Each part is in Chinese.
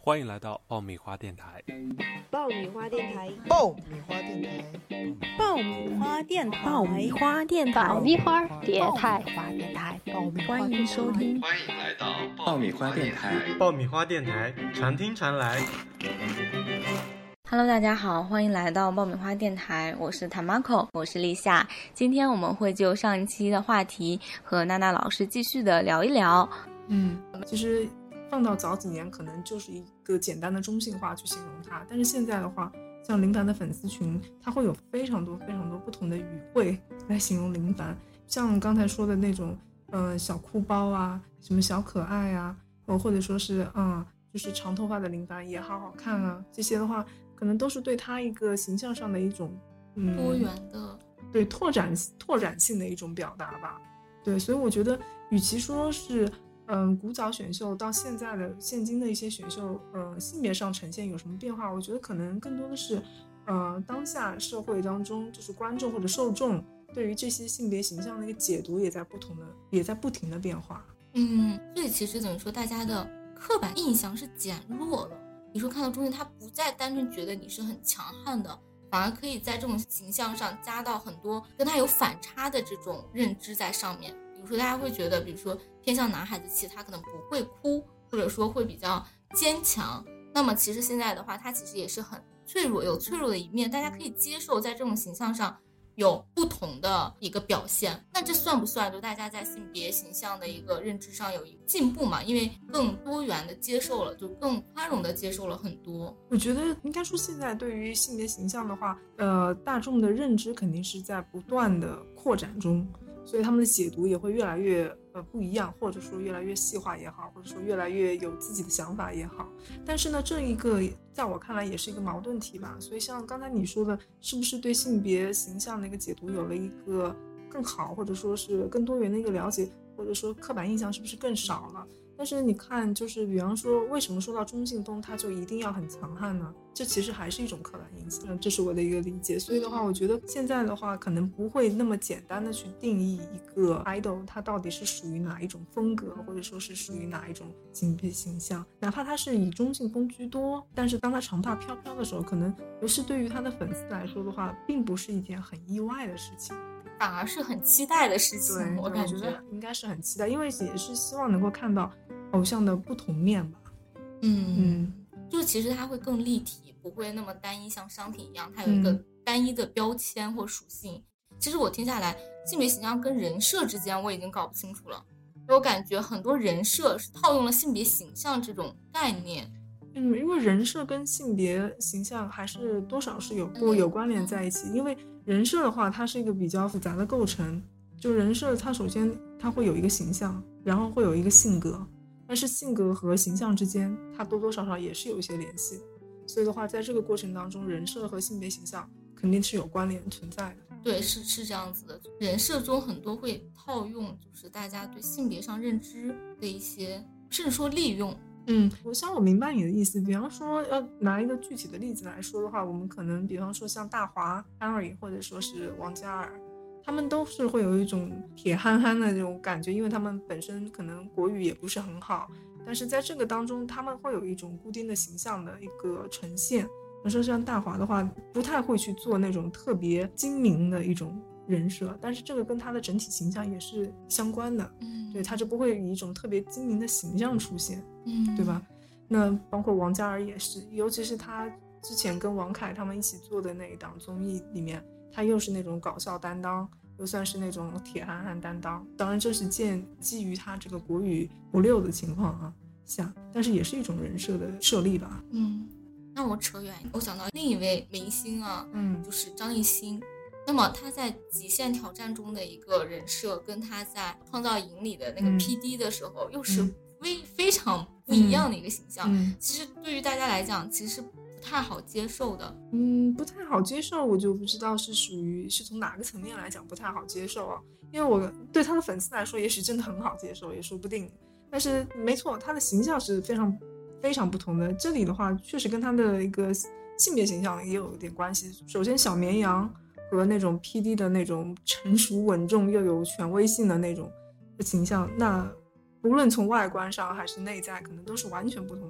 欢迎来到爆米花电台。 爆米花电台， 爆米花电台， 爆米花电台， 爆米花电台， 爆米花电台， 欢迎收听， 欢迎来到爆米花电台， 爆米花电台，常听常来。 Hello， 大家好，欢迎来到爆米花电台，我是 Tamako， 我是立夏。今天我们会就上一期的话题和娜娜老师继续的聊一聊。 其实放到早几年可能就是一个简单的中性化去形容它，但是现在的话，像林凡的粉丝群，它会有非常多不同的语汇来形容林凡，像刚才说的那种小哭包啊，什么小可爱啊，或者说是就是长头发的林凡也好好看啊，这些的话可能都是对他一个形象上的一种多元的对拓展性的一种表达吧。对，所以我觉得与其说是古早选秀到现今的一些选秀性别上呈现有什么变化，我觉得可能更多的是当下社会当中就是观众或者受众对于这些性别形象的一个解读也在不停的变化。 所以其实等于说大家的刻板印象是减弱了，你说看到中间他不再单纯觉得你是很强悍的，反而可以在这种形象上加到很多跟他有反差的这种认知在上面。比如说大家会觉得，比如说偏向男孩子气，他可能不会哭，或者说会比较坚强，那么其实现在的话他其实也是很脆弱，有脆弱的一面，大家可以接受在这种形象上有不同的一个表现。那这算不算就大家在性别形象的一个认知上有一个进步嘛？因为更多元的接受了，就更宽容的接受了很多。 我觉得应该说现在对于性别形象的话大众的认知肯定是在不断的扩展中，所以他们的解读也会越来越不一样，或者说越来越细化也好，或者说越来越有自己的想法也好。但是呢，这一个在我看来也是一个矛盾体吧。所以像刚才你说的，是不是对性别形象的一个解读有了一个更好，或者说是更多元的一个了解，或者说刻板印象是不是更少了？但是你看，就是比方说为什么说到钟敬东他就一定要很强悍呢？这其实还是一种刻板印象，这是我的一个理解。所以的话，我觉得现在的话可能不会那么简单的去定义一个 idol 他到底是属于哪一种风格，或者说是属于哪一种性别形象。哪怕他是以中性风居多，但是当他长发飘飘的时候，可能尤其对于他的粉丝来说的话，并不是一件很意外的事情， 反而是很期待的事情。 对， 我感觉应该是很期待，因为也是希望能够看到偶像的不同面吧。 就其实它会更立体，不会那么单一，像商品一样它有一个单一的标签或属性。其实我听下来，性别形象跟人设之间我已经搞不清楚了，我感觉很多人设是套用了性别形象这种概念。 因为人设跟性别形象还是多少是有关联在一起。因为人设的话它是一个比较复杂的构成，就人设它首先它会有一个形象，然后会有一个性格，但是性格和形象之间它多多少少也是有一些联系的。所以的话在这个过程当中，人设和性别形象肯定是有关联存在的。 对，是这样子的。人设中很多会套用就是大家对性别上认知的一些，甚至说利用。 我明白你的意思。比方说要拿一个具体的例子来说的话，我们可能比方说像大华、安瑞或者说是王嘉尔，他们都是会有一种铁憨憨的这种感觉，因为他们本身可能国语也不是很好，但是在这个当中他们会有一种固定的形象的一个呈现。比如说像大华的话，不太会去做那种特别精明的一种人设，但是这个跟他的整体形象也是相关的。对，他就不会以一种特别精明的形象出现，对吧？那包括王嘉尔也是，尤其是他之前跟王凯他们一起做的那一档综艺里面，他又是那种搞笑担当，又算是那种铁憨憨担当。当然这是基于他这个国语不溜的情况下，但是也是一种人设的设立吧。 那我扯远，我想到另一位明星就是张艺兴。那么他在极限挑战中的一个人设，跟他在创造营里的那个 PD 的时候，又是非常不一样的一个形象。其实对于大家来讲，其实是不太好接受的。 不太好接受，我就不知道是从哪个层面来讲不太好接受啊。因为我对他的粉丝来说，也许真的很好接受，也说不定。但是没错，他的形象是非常非常不同的。这里的话，确实跟他的一个性别形象也有一点关系。首先，小绵羊和那种 PD 的那种成熟稳重又有权威性的那种形象，那无论从外观上还是内在，可能都是完全不同的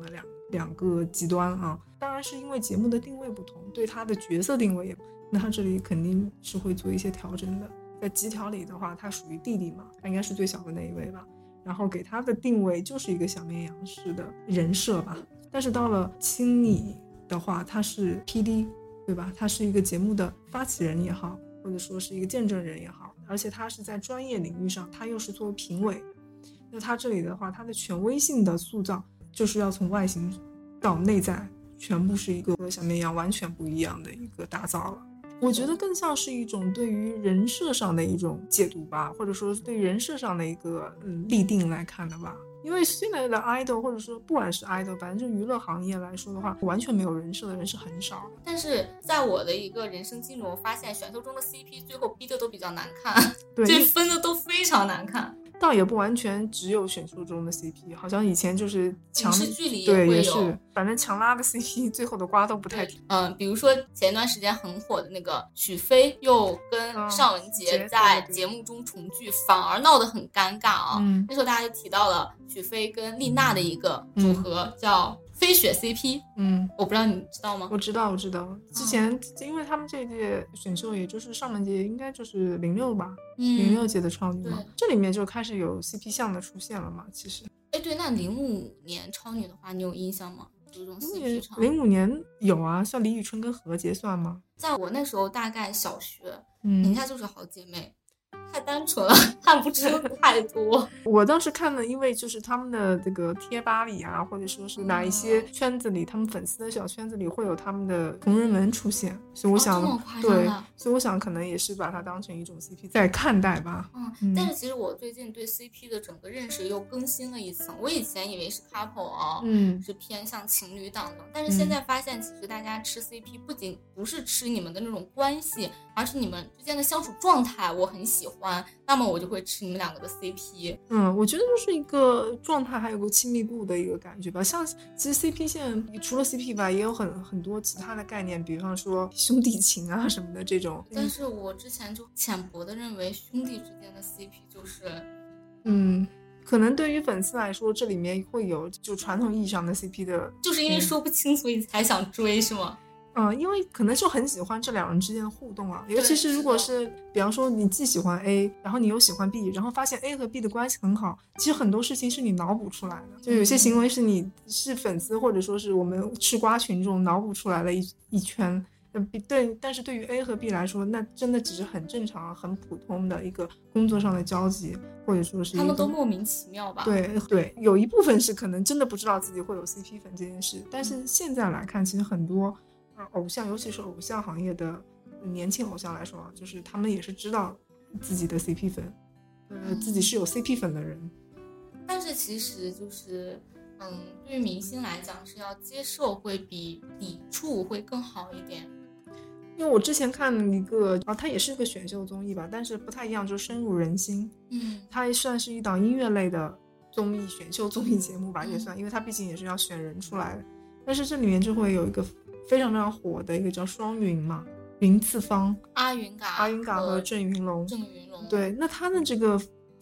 两个极端啊。当然是因为节目的定位不同，对他的角色定位也不同，那他这里肯定是会做一些调整的。在极条里的话，他属于弟弟嘛，他应该是最小的那一位吧，然后给他的定位就是一个小绵羊式的人设吧。但是到了青你的话，他是 PD， 对吧？他是一个节目的发起人也好，或者说是一个见证人也好，而且他是在专业领域上，他又是作为评委，那他这里的话，他的权威性的塑造就是要从外形到内在全部是一个和小绵羊完全不一样的一个打造了。我觉得更像是一种对于人设上的一种解读吧，或者说对于人设上的一个立定来看的吧。因为现在的 idol 或者说不管是 idol， 反正就娱乐行业来说的话，完全没有人设的人是很少的。 但是在我的一个人生经历中，我发现选秀中的 CP 最后逼的都比较难看， 对， 最分的都非常难看。 倒也不完全只有选秀中的 CP， 好像以前就是影视剧里对也会有， 是，反正强拉的 CP 最后的瓜都不太甜。 比如说前一段时间很火的那个许飞又跟尚雯婕在节目中重聚，反而闹得很尴尬啊。那时候大家就提到了许飞跟丽娜的一个组合，叫飞雪 CP。我不知道你知道吗？ 我知道。之前因为他们这一届选秀，也就是上半届应该就是06吧，06届的超女嘛，这里面就开始有 CP 项的出现了嘛。其实，对， 那05年超女的话，你有印象吗？这种 CP 超 05年有啊，像李宇春跟何洁算吗？ 在我那时候大概小学，人家就是好姐妹。太单纯了，看不出太多。 我当时看了，因为就是他们的这个贴吧里啊，或者说是哪一些圈子里，他们粉丝的小圈子里会有他们的同人文出现，所以我想， 这么夸张对，所以我想可能也是把它当成一种 CP 在看待吧。 但是其实我最近对 CP 的整个认识又更新了一层。我以前以为是 couple 啊，是偏向情侣档的，但是现在发现，其实大家吃 CP 不仅不是吃你们的那种关系，而是你们之间的相处状态，我很喜欢。那么我就会吃你们两个的 CP。 我觉得就是一个状态还有个亲密度的一个感觉吧。像其实 CP 现在除了 CP 吧，也有很多其他的概念，比方说兄弟情啊什么的这种。 但是我之前就浅薄的认为兄弟之间的 CP 就是可能对于粉丝来说，这里面会有就传统意义上的 CP 的， 就是因为说不清，所以才想追是吗？ 因为可能就很喜欢这两人之间的互动啊，尤其是如果是比方说你既喜欢 A， 然后你又喜欢 B， 然后发现 A 和 B 的关系很好，其实很多事情是你脑补出来的，就有些行为是你是粉丝或者说是我们吃瓜群众脑补出来的一圈。对，但是对于 A 和 B 来说，那真的只是很正常很普通的一个工作上的交集，或者说是他们都莫名其妙吧。 对，有一部分是可能真的不知道自己会有 CP 粉这件事，但是现在来看，其实很多偶像，尤其是偶像行业的年轻偶像来说，就是他们也是知道自己的 CP 粉，自己是有 CP 粉的人。 但是其实就是对于明星来讲，是要接受会比抵触会更好一点。 因为我之前看了一个它也是一个选秀综艺吧，但是不太一样，就是深入人心。它也算是一档音乐类的综艺，选秀综艺节目吧，也算，因为它毕竟也是要选人出来的。但是这里面就会有一个非常非常火的一个叫双云嘛，云次方、 阿云嘎和郑云龙。对，那他的这个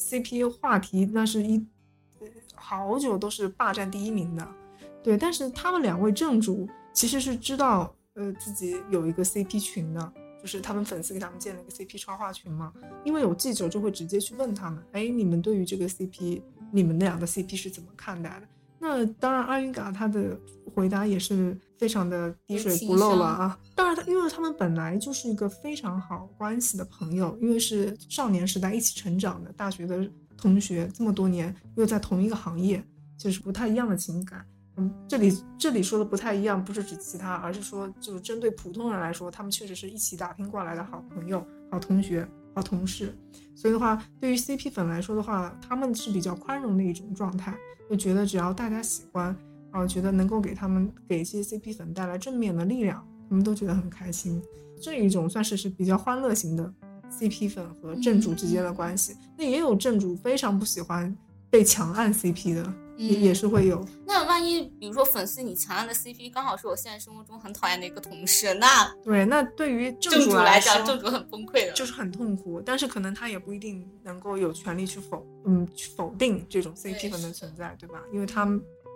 CP 话题那是好久都是霸占第一名的。对，但是他们两位正主其实是知道自己有一个 CP 群的，就是他们粉丝给他们建了一个 CP 超话群嘛。因为有记者就会直接去问他们，你们对于这个 CP， 你们两个 CP 是怎么看待的？那当然阿云嘎他的回答也是非常的滴水不漏了啊。当然因为他们本来就是一个非常好关系的朋友，因为是少年时代一起成长的大学的同学，这么多年又在同一个行业，就是不太一样的情感。这里说的不太一样不是指其他，而是说就是针对普通人来说，他们确实是一起打拼过来的好朋友、好同学、好同事。所以的话，对于 CP 粉来说的话，他们是比较宽容的一种状态，就觉得只要大家喜欢觉得能够给一些 CP 粉带来正面的力量，他们都觉得很开心。这一种算是比较欢乐型的 CP 粉和正主之间的关系。那也有正主非常不喜欢被强按 CP 的，也是会有。 那万一比如说粉丝你强按的 CP 刚好是我现在生活中很讨厌的一个同事，那对于正主来讲，正主很崩溃的， 就是很痛苦。但是可能他也不一定能够有权利去否定这种 CP 粉的存在，对吧？因为他们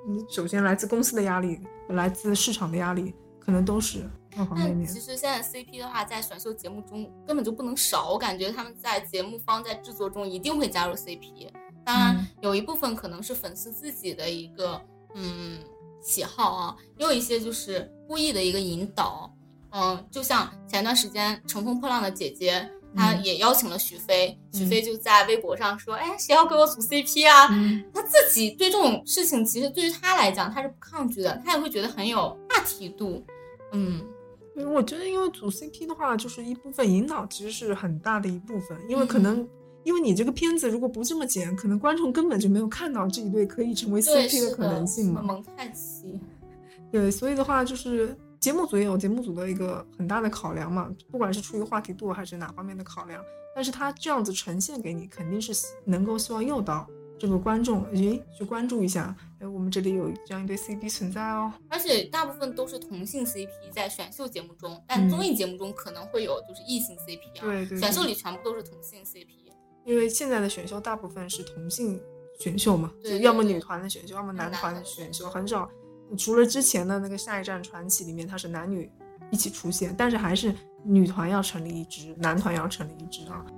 你首先来自公司的压力，来自市场的压力，可能都是方方面面。 其实现在 CP 的话，在选秀节目中根本就不能少，我感觉他们在节目方在制作中一定会加入 CP。当然，有一部分可能是粉丝自己的一个喜好啊，也有一些就是故意的一个引导。就像前段时间《乘风破浪的姐姐》。他也邀请了许飞，许飞就在微博上说：“哎，谁要跟我组 CP 啊？”他自己对这种事情，其实对于他来讲，他是不抗拒的，他也会觉得很有话题度。 我觉得，因为组 CP 的话，就是一部分引导，其实是很大的一部分，因为可能。因为你这个片子如果不这么剪，可能观众根本就没有看到这一对可以成为 CP 的可能性嘛。 蒙太奇。 对，所以的话就是节目组也有节目组的一个很大的考量嘛，不管是出于话题度还是哪方面的考量，但是他这样子呈现给你，肯定是能够希望诱导这个观众去关注一下，我们这里有这样一对 CP 存在哦。 而且大部分都是同性 CP 在选秀节目中，但综艺节目中可能会有就是异性 CP 啊。 对， 选秀里全部都是同性 CP。 因为现在的选秀大部分是同性选秀嘛， 对， 要么女团的选秀，要么男团的选秀，很少。除了之前的那个下一站传奇里面，它是男女一起出现，但是还是女团要成立一支，男团要成立一支啊。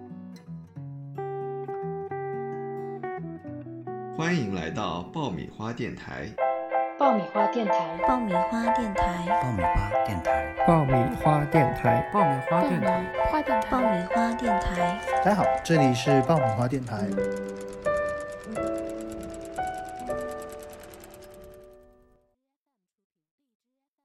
欢迎来到爆米花电台。 爆米花电台， 爆米花电台， 爆米花电台， 爆米花电台， 爆米花电台， 花电台， 爆米花电台。 大家好，这里是爆米花电台。